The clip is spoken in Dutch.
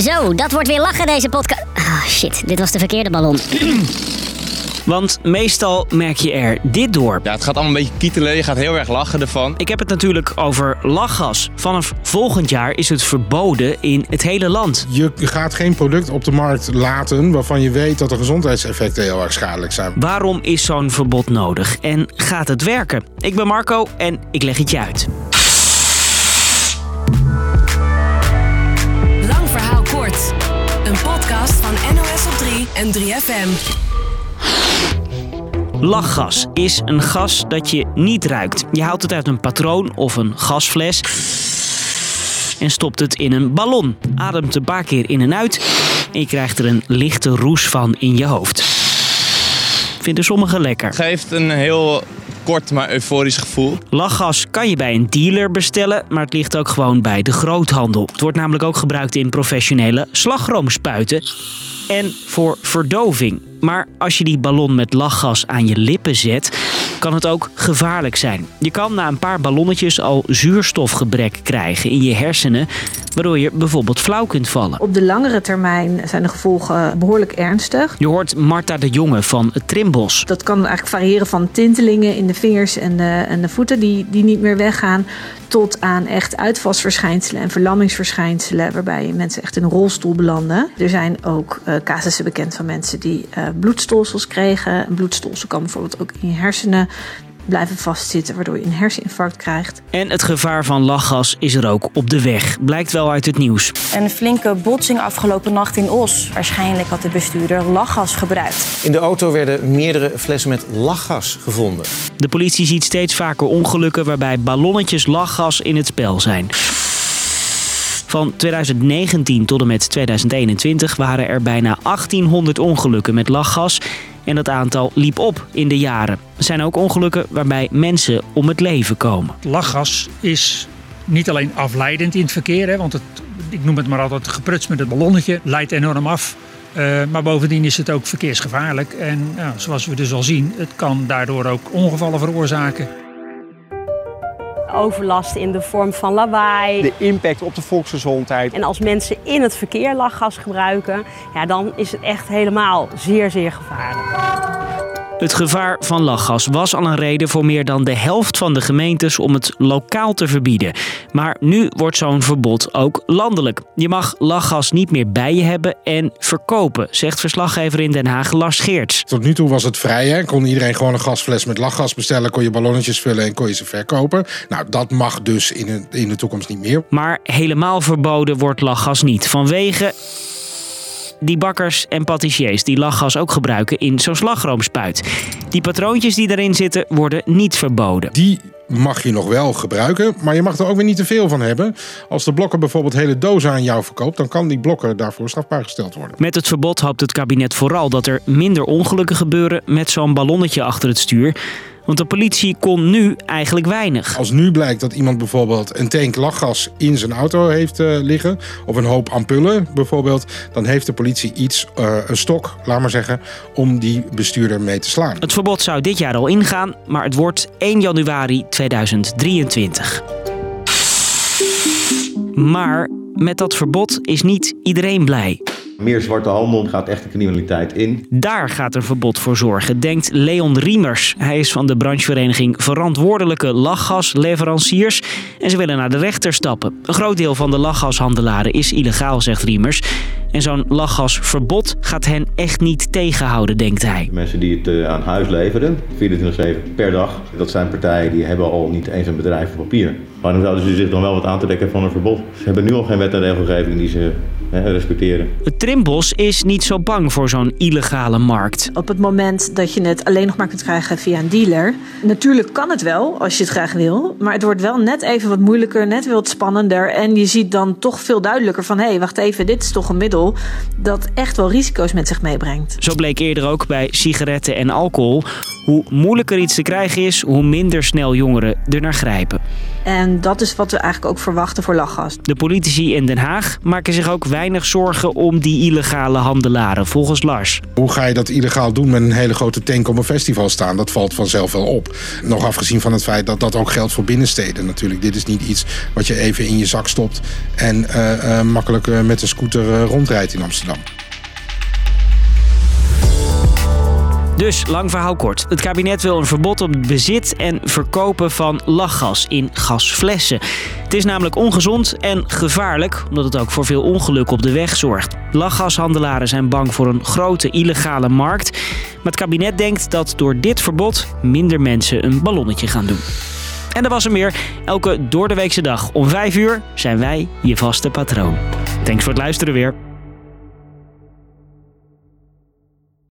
Zo, dat wordt weer lachen deze podcast. Ah, shit, dit was de verkeerde ballon. Want meestal merk je er dit door. Ja, het gaat allemaal een beetje kietelen. Je gaat heel erg lachen ervan. Ik heb het natuurlijk over lachgas. Vanaf volgend jaar is het verboden in het hele land. Je gaat geen product op de markt laten waarvan je weet dat de gezondheidseffecten heel erg schadelijk zijn. Waarom is zo'n verbod nodig? En gaat het werken? Ik ben Marco en ik leg het je uit. Lang verhaal kort. Een podcast van NOS op 3 en 3FM. Lachgas is een gas dat je niet ruikt. Je haalt het uit een patroon of een gasfles en stopt het in een ballon. Ademt een paar keer in en uit en je krijgt er een lichte roes van in je hoofd. Vinden sommigen lekker. Het geeft een heel kort maar euforisch gevoel. Lachgas kan je bij een dealer bestellen, maar het ligt ook gewoon bij de groothandel. Het wordt namelijk ook gebruikt in professionele slagroomspuiten en voor verdoving. Maar als je die ballon met lachgas aan je lippen zet, kan het ook gevaarlijk zijn. Je kan na een paar ballonnetjes al zuurstofgebrek krijgen in je hersenen, waardoor je bijvoorbeeld flauw kunt vallen. Op de langere termijn zijn de gevolgen behoorlijk ernstig. Je hoort Marta de Jonge van het Trimbos. Dat kan eigenlijk variëren van tintelingen in de vingers en de voeten die niet meer weggaan, tot aan echt uitvalsverschijnselen en verlammingsverschijnselen, waarbij mensen echt in een rolstoel belanden. Er zijn ook casussen bekend van mensen die bloedstolsels kregen. Een bloedstolsel kan bijvoorbeeld ook in je hersenen blijven vastzitten, waardoor je een herseninfarct krijgt. En het gevaar van lachgas is er ook op de weg. Blijkt wel uit het nieuws. Een flinke botsing afgelopen nacht in Os. Waarschijnlijk had de bestuurder lachgas gebruikt. In de auto werden meerdere flessen met lachgas gevonden. De politie ziet steeds vaker ongelukken waarbij ballonnetjes lachgas in het spel zijn. Van 2019 tot en met 2021 waren er bijna 1800 ongelukken met lachgas. En dat aantal liep op in de jaren. Er zijn ook ongelukken waarbij mensen om het leven komen. Lachgas is niet alleen afleidend in het verkeer, want ik noem het maar altijd gepruts met het ballonnetje, leidt enorm af. Maar bovendien is het ook verkeersgevaarlijk. En zoals we dus al zien, het kan daardoor ook ongevallen veroorzaken. Overlast in de vorm van lawaai. De impact op de volksgezondheid. En als mensen in het verkeer lachgas gebruiken, dan is het echt helemaal zeer, zeer gevaarlijk. Het gevaar van lachgas was al een reden voor meer dan de helft van de gemeentes om het lokaal te verbieden. Maar nu wordt zo'n verbod ook landelijk. Je mag lachgas niet meer bij je hebben en verkopen, zegt verslaggever in Den Haag Lars Geerts. Tot nu toe was het vrij, hè? Kon iedereen gewoon een gasfles met lachgas bestellen, kon je ballonnetjes vullen en kon je ze verkopen. Nou, dat mag dus in de toekomst niet meer. Maar helemaal verboden wordt lachgas niet, vanwege die bakkers en patissiers die lachgas ook gebruiken in zo'n slagroomspuit. Die patroontjes die erin zitten worden niet verboden. Die mag je nog wel gebruiken, maar je mag er ook weer niet te veel van hebben. Als de blokker bijvoorbeeld hele dozen aan jou verkoopt, dan kan die blokker daarvoor strafbaar gesteld worden. Met het verbod hoopt het kabinet vooral dat er minder ongelukken gebeuren met zo'n ballonnetje achter het stuur. Want de politie kon nu eigenlijk weinig. Als nu blijkt dat iemand bijvoorbeeld een tank lachgas in zijn auto heeft liggen, of een hoop ampullen bijvoorbeeld, dan heeft de politie een stok, laat maar zeggen, om die bestuurder mee te slaan. Het verbod zou dit jaar al ingaan, maar het wordt 1 januari 2023. Maar met dat verbod is niet iedereen blij. Meer zwarte handel gaat echt de criminaliteit in. Daar gaat een verbod voor zorgen, denkt Leon Riemers. Hij is van de branchevereniging Verantwoordelijke Lachgasleveranciers en ze willen naar de rechter stappen. Een groot deel van de lachgashandelaren is illegaal, zegt Riemers. En zo'n lachgasverbod gaat hen echt niet tegenhouden, denkt hij. De mensen die het aan huis leveren, 24/7 per dag, dat zijn partijen die hebben al niet eens een bedrijf op papier. Waarom zouden ze zich dan wel wat aan te trekken van een verbod? Ze hebben nu al geen wet en regelgeving die ze respecteren. Het Trimbos is niet zo bang voor zo'n illegale markt. Op het moment dat je het alleen nog maar kunt krijgen via een dealer. Natuurlijk kan het wel, als je het graag wil. Maar het wordt wel net even wat moeilijker, net weer wat spannender. En je ziet dan toch veel duidelijker van, hé, wacht even, dit is toch een middel dat echt wel risico's met zich meebrengt. Zo bleek eerder ook bij sigaretten en alcohol. Hoe moeilijker iets te krijgen is, hoe minder snel jongeren er naar grijpen. En dat is wat we eigenlijk ook verwachten voor lachgas. De politici in Den Haag maken zich ook weinig zorgen om die illegale handelaren, volgens Lars. Hoe ga je dat illegaal doen met een hele grote tank op een festival staan? Dat valt vanzelf wel op. Nog afgezien van het feit dat dat ook geldt voor binnensteden natuurlijk. Dit is niet iets wat je even in je zak stopt en makkelijk met een scooter rondrijdt in Amsterdam. Dus, lang verhaal kort. Het kabinet wil een verbod op het bezit en verkopen van lachgas in gasflessen. Het is namelijk ongezond en gevaarlijk, omdat het ook voor veel ongeluk op de weg zorgt. Lachgashandelaren zijn bang voor een grote illegale markt. Maar het kabinet denkt dat door dit verbod minder mensen een ballonnetje gaan doen. En dat was er meer. Elke doordeweekse dag om 5 uur zijn wij je vaste patroon. Thanks voor het luisteren weer.